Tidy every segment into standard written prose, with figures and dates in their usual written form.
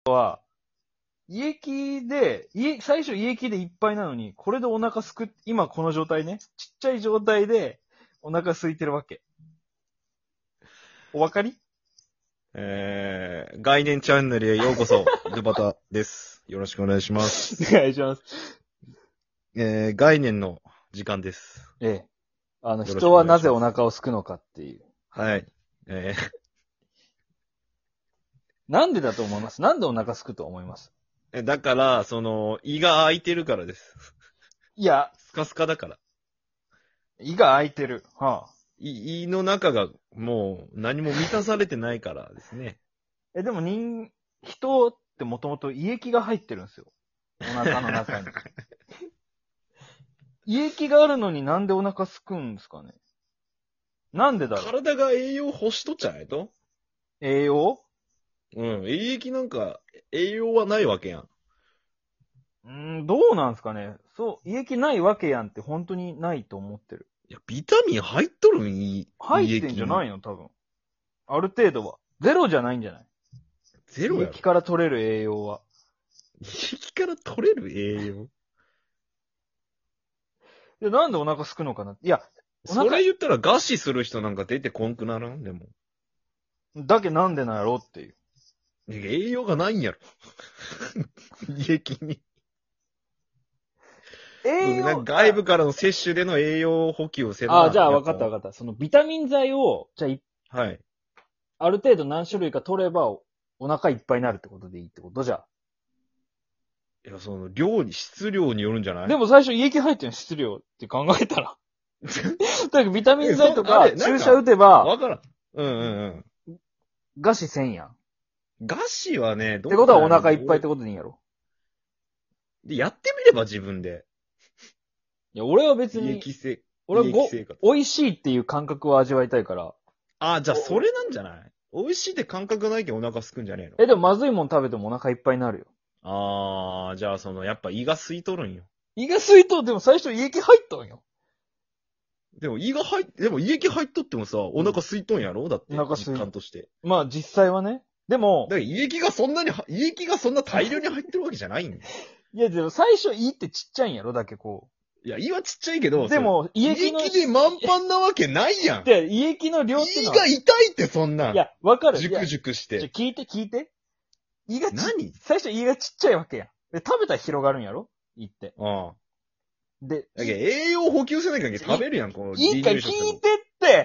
胃液で、最初胃液でいっぱいなのに、これでお腹すく、今この状態ね。ちっちゃい状態でお腹空いてるわけ。お分かり？ 概念チャンネルへようこそ、ドバタです。よろしくお願いします。 お願いします。 概念の時間です。 ええ。 ろしくお願いします人はなぜお腹をすくのかっていう。 はい。 なんでだと思います？なんでお腹すくと思います？ だから、胃が空いてるからです。 いや、 スカスカだから。 胃が空いてる。はあ。 胃の中がもう何も満たされてないからですね。 でも人ってもともと胃液が入ってるんですよ。お腹の中に。胃液があるのになんでお腹すくんですかね？なんでだろう？ 体が栄養欲しとっちゃないと？ 栄養？ 胃液なんか栄養はないわけやん。 どうなんすかね？そう、胃液ないわけやんって本当にないと思ってる。 いや、ビタミン入っとるん、胃入ってんじゃないの？多分。ある程度は。ゼロじゃないんじゃない？ ゼロやろ。 胃液から取れる栄養は。 胃液から取れる栄養？ で、なんでお腹すくのかな？いや、お腹それ言ったら餓死する人なんか出てこんくならんでも。 だけなんでなんやろっていう。 栄養がないんやろ。胃液に。 栄養なんか外部からの摂取での栄養補給をせな。 じゃあ分かった分かった。そのビタミン剤を、じゃあはい。 ある程度何種類か取ればお腹いっぱいになるってことでいいってことじゃいや、質量によるんじゃなあ。 い？ でも最初胃液入ってるの質量って考えたら。だからビタミン剤とか注射打てば、 わからん。うん。 餓死せんやん。っ餓死はね、 てことはお腹いっぱいってことでいいんやろ。 でやってみれば自分で。 いや、俺は別胃に、 液生俺は活。 美味しいっていう感覚を味わいたいから。 じゃあそれなんじゃない？美味しいって感覚ないけどお腹すくんじゃねえの？ でもまずいもん食べてもお腹いっぱいになるよ。 じゃあやっぱ胃が空いとるんよ。 胃が空いと、でも最初胃液入ったんよ。 でも胃液入っとってもさ、お腹空いとんやろ？だって。 お腹空い実感として。 まあ実際はね。でもだか、ら胃液がそんな大量に入ってるわけじゃないんだよ。 いやでも最初胃ってちっちゃいんやろだけこいや、胃はちっちゃいけど、 でも胃液で満帆なわけないやん。 で、胃液の量っていうのは。 胃が痛いってそんなん。 いや、わかる。 ジュクジュクしいやて。 聞いて。胃が何？ 最初胃がちっちゃいわけやん。で、食べたら広がるんやろ胃って。で、 だけど栄養補給せなきゃ食べるやん、このいいか聞い離乳食てって、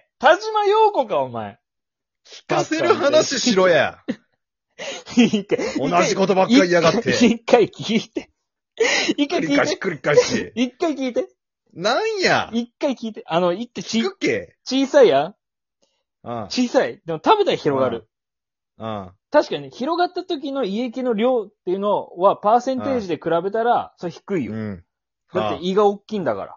田島陽子か、お前。 聞かせる話しろや。 いいか。 同じことばっかり言いやがって。 一回聞いて。一回聞いて。 繰り返し。 一回聞いて。 なんや。 一回聞いて。胃って聞くっけ？ 小さいやん。 あ小さい。でも食べたら広がる。確かに、広がった時の胃液の量っていうのは、パーセンテージで比べたら、それ低いよ。だって胃が大きいんだから。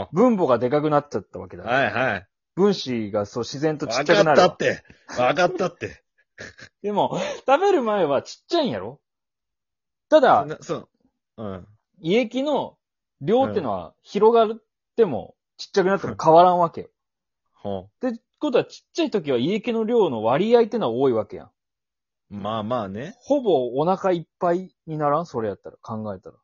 分母がでかくなっちゃったわけだ。 はい。 分子が自然とちっちゃくなる。 わかったって。 でも、食べる前はちっちゃいんやろ？ただ、胃液の量ってのは広がっても、ちっちゃくなっても変わらんわけよ。ってことはちっちゃい時は胃液の量の割合ってのは多いわけやん。 まあね。 ほぼお腹いっぱいにならん？それやったら、考えたら。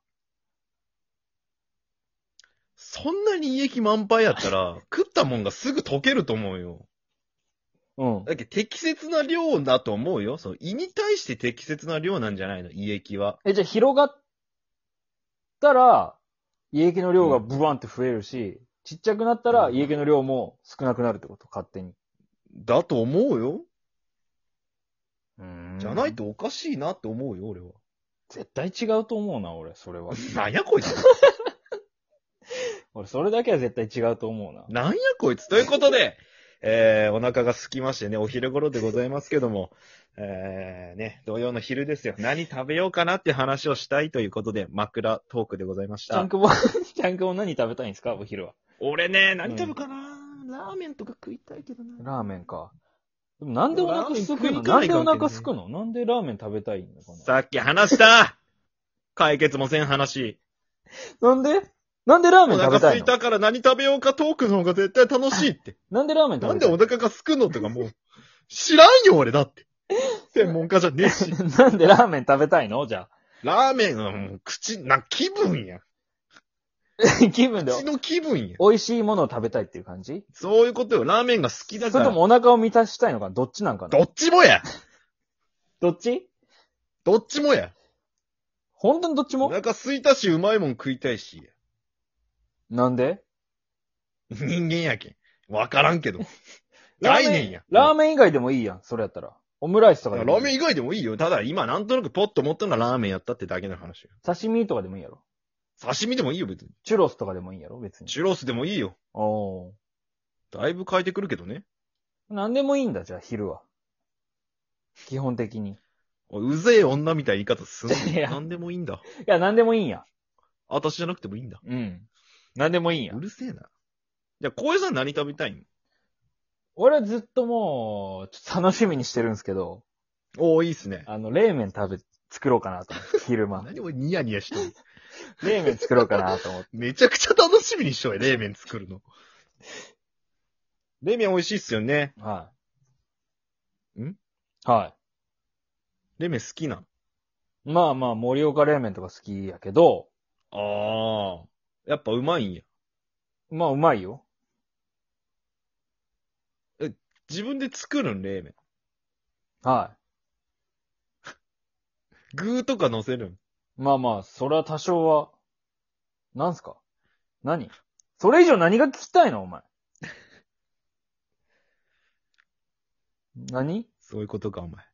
そんなに胃液満杯やったら、食ったもんがすぐ溶けると思うよ。だけど適切な量だと思うよ。胃に対して適切な量なんじゃないの？胃液は。 じゃあ広がったら、胃液の量がブワンって増えるし、ちっちゃくなったら胃液の量も少なくなるってこと？勝手に。 だと思うよ。じゃないとおかしいなって思うよ、俺は。 絶対違うと思うな、俺、それは。 なんやこいつ。 俺、それだけは絶対違うと思うな。 なんやこいつ。ということで、お腹が空きましてね、お昼頃でございますけども、土曜の昼ですよ。何食べようかなって話をしたいということで、枕トークでございました。 ちゃんくぼ何食べたいんですか、お昼は。 俺ね、何食べるかな、ラーメンとか食いたいけどな。 ラーメンか。でもなんでお腹すくの？なんでお腹すくの？なんでラーメン食べたいのかな？ さっき話した解決もせん話。 なんでラーメン食べたいの？ お腹空いたから何食べようかトークの方が絶対楽しいって。 なんでラーメン食べたいの？ なんでお腹が空くのとかもう、知らんよ俺だって。 専門家じゃねえし。 なんでラーメン食べたいのじゃラーメンはもう気分や。 あ。気分で、 口の気分や。 美味しいものを食べたいっていう感じ？ そういうことよ。ラーメンが好きだから。 それともお腹を満たしたいのかどっちなんかな？ どっちもや。 どっち？ どっちもや。 本当にどっちも？ お腹空いたし、うまいもん食いたいし。 なんで？ 人間やけん。わからんけど。概念や。 ラーメン以外でもいいやん、それやったら。オムライスとかでもいい。 ラーメン以外でもいいよ。ただ今なんとなくポッと思ったのはラーメンやったってだけの話よ。 刺身とかでもいいやろ。 刺身でもいいよ、別に。 チュロスとかでもいいやろ、別に。 チュロスでもいいよ。 おー。 だいぶ変えてくるけどね。 なんでもいいんだ、じゃあ、昼は。基本的に。 うぜえ女みたいな言い方すんいやの。なんでもいいんだ。 いや、なんでもいいんや。 私じゃなくてもいいんだ。 うん。なんでもいいんやう。るせえな。じゃあ、小江さん何食べたいん？ 俺はずっともう、ちょっと楽しみにしてるんですけど、 おー、いいっすね。 冷麺作ろうかなと思って、昼間。 何をニヤニヤしてる。 冷麺作ろうかなと思って。 めちゃくちゃ楽しみにしとうよ、冷麺作るの。冷麺美味しいっすよね。 はい。 んは冷麺好きな。 い。まあまあ、盛岡冷麺とか好きやけど、 ああ。やっぱうまいんや。 まあうまいよ。 自分で作るん、冷麺。 は具とか乗せるん。 い。まあまあ、それは多少は、なんすか？何？それ以上何が聞きたいのお前。何？ そういうことか、お前。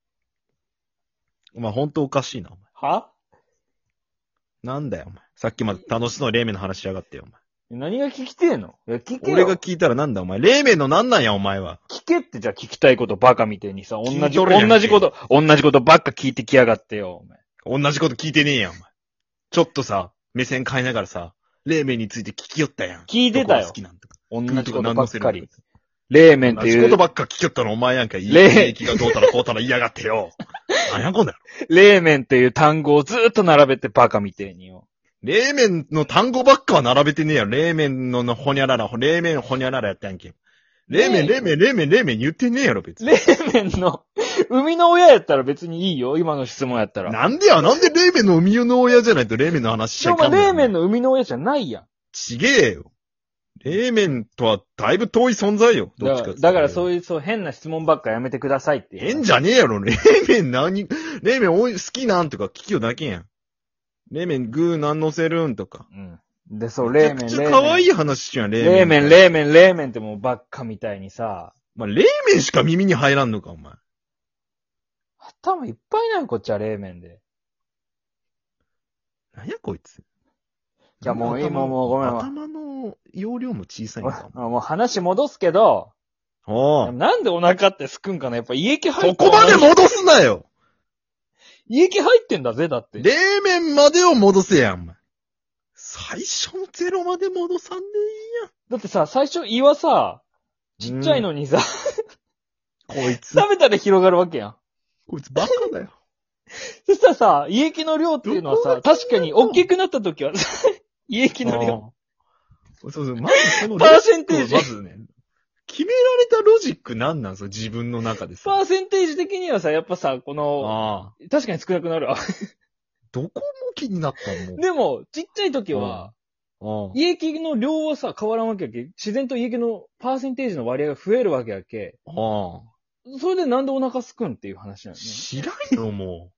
お前ほんとおかしいな、お前。 は？ なんだよ、お前。さっきまで楽しそうな冷麺の話しやがってよ、お前。 何が聞きてえの？いや、聞けよ。 俺が聞いたらなんだ、お前。冷麺のなんなんや、お前は。 聞けってじゃあ聞きたいことバカみてえにさ、 聞いとるやんけ同じことばっか聞いてきやがってよ、お前。 同じこと聞いてねえやん、お前。ちょっとさ、目線変えながらさ、冷麺について聞きよったやん。 聞いてたよどこが好きなんとか。 同じことばっか具とか何乗りせる。 冷麺って同じいう、 ことばっか聞きよったのお前やんか。いい冷液がどうたらこうたら言いやがってよ。なんやこんだよ。 冷麺っていう単語をずーっと並べてバカみてえによ。 冷麺の単語ばっかは並べてねえやろ。冷麺のほにゃらら、冷麺ほにゃららやったやんけ。冷麺言ってねえやろ、別に。 冷麺の、生みの親やったら別にいいよ、今の質問やったら。 なんで冷麺の生みの親じゃないと冷麺の話しちゃいかんの冷麺の生みの親じゃないやん。 ちげえよ。冷麺とはだいぶ遠い存在よ。どっちかだからそういう。 いう変な質問ばっかやめてくださいっていう。 変じゃねえやろ。冷麺好きなんとか聞きよだけやん。冷麺具なん乗せるんとか。 うん。で、そう、冷麺、 めちゃくちゃ可愛い話しちゃう、 冷麺ってもうばっかみたいにさ。 まあ、冷麺しか耳に入らんのか、お前。 頭いっぱいなの、こっちは冷麺で。 なんやこいつ。 いや、もういい、もうごめん。 頭の容量も小さいんか。 もう話戻すけど、 おなんでお腹ってすくんかなやっぱ胃液入ってそこまで戻すなよ胃液入ってんだぜ、だって。 冷麺までを戻せやん、お前。最初のゼロまで戻さんでいいやん。 だってさ、最初胃はさ、ちっちゃいのにさ、 こいつ。 食べたら広がるわけやん。 こいつバカだよ。 そしたらさ、胃液の量っていうのはさ、確かに大きくなった時は、胃液の量。 そう、まずそのパーセンテージまずね、決められたロジックなんなんすか自分の中でさ。 パーセンテージ的にはさ、やっぱさ、この、確かに少なくなるわ。 どこも気になったのもでも、ちっちゃい時は、胃液の量はさ、変わらんわけやけ。自然と胃液のパーセンテージの割合が増えるわけやけ。それでなんでお腹すくんっていう話なのね。 知らんよ、もう。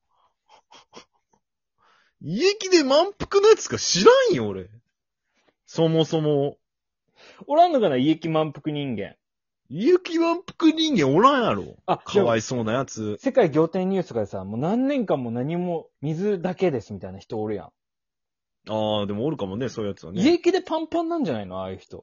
胃液で満腹のやつか知らんよ、俺。そもそも。 おらんのかな、胃液満腹人間。 胃液満腹人間おらんやろ。 あ、 かわいそうなやつ。 世界仰天ニュースとかでさ、もう何年間も何も水だけですみたいな人おるやん。 ああ、でもおるかもね、そういうやつはね。 胃液でパンパンなんじゃないのああいう人。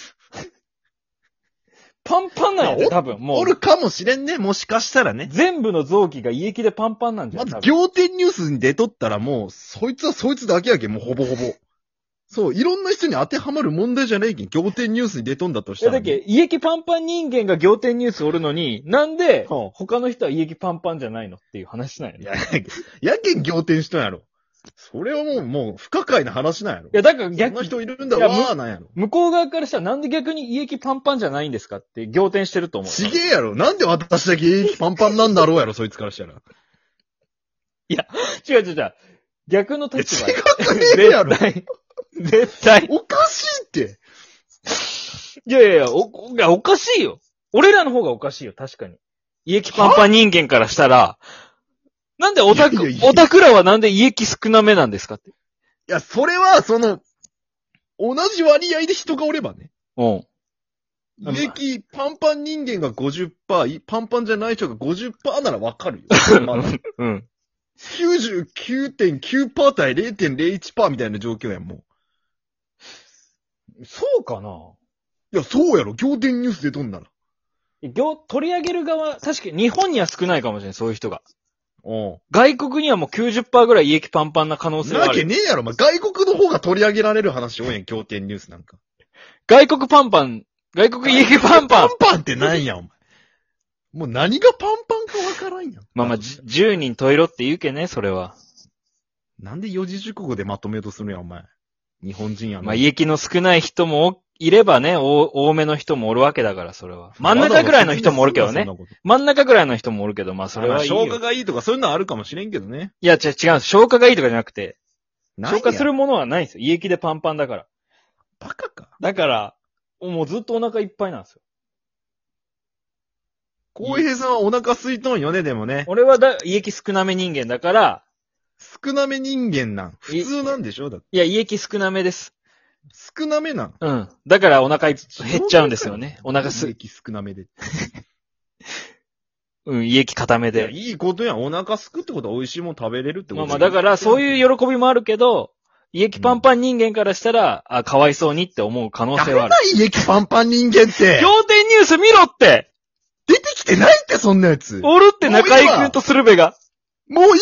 パンパンなんやで、多分。もう。 おるかもしれんね、もしかしたらね。 全部の臓器が胃液でパンパンなんじゃないまず、仰天ニュースに出とったらもう、そいつはそいつだけやけん、もうほぼほぼ。そう、いろんな人に当てはまる問題じゃねえけん、仰天ニュースに出とんだとしたら、ね。 だけ、胃液パンパン人間が仰天ニュースおるのに、なんで、他の人は胃液パンパンじゃないのっていう話なんやね。 やけん仰天したんやろ。 それはもう不可解な話なんやろ。 いや、だから逆そんな人いるんだわーなんやろ。 向こう側からしたらなんで逆に胃液パンパンじゃないんですかって仰天してると思う。 ちげえやろ。なんで私だけ胃液パンパンなんだろうやろ、そいつからしたら。 いや、違う。逆の立場。 違くねえやろ。 絶対。 おかしいって。 いや、おかしいよ。俺らの方がおかしいよ、確かに。胃液パンパン人間からしたら、なんでオタクらはなんで胃液少なめなんですかって。いや、それは、同じ割合で人がおればね。 うん。 胃液パンパン人間が 50%、パンパンじゃない人が 50% ならわかるよ。まだうん。 99.9% 対 0.01% みたいな状況やん、もう。そうかないや、そうやろ。仰天ニュースでとんなら。 取り上げる側、確かに日本には少ないかもしれない、そういう人が。 おう外国にはもう 90% ぐらい胃液パンパンな可能性がある。 なわけねえやろ、外国の方が取り上げられる話多いやん、仰天ニュースなんか。 外国胃液パンパン。 パンパンってなんや、お前。もう何がパンパンかわからんやん。 まあ、10人十色って言うけね、それは。 なんで四字熟語でまとめようとするんや、お前。日本人やな。 まあ、胃液の少ない人もいればね、多めの人もおるわけだから、それは。真ん中ぐらいの人もおるけどね。真ん中ぐらいの人もおるけど、まあ、それはいいよ。 消化がいいとかそういうのはあるかもしれんけどね。 いや、違うんです。消化がいいとかじゃなくて、消化するものはないんですよ。胃液でパンパンだから。 バカか。 だから、もうずっとお腹いっぱいなんですよ。 浩平さんはお腹空いとんよね、でもね。 俺は胃液少なめ人間だから、 少なめ人間なん。普通なんでしょだって。 いや、胃液少なめです。 少なめなん。 うん。だからお腹減っちゃうんですよね。お腹胃液少なめで。 うん、胃液固めで。いや、 いいことやん。お腹すくってことは美味しいもん食べれるってことまあだからそういう喜びもあるけど、胃液パンパン人間からしたら、かわいそうにって思う可能性はある。 誰だ胃液パンパン人間って。 仰天ニュース見ろって出てきてないって、そんなやつ。 おるって中井くんと鶴瓶が。 もう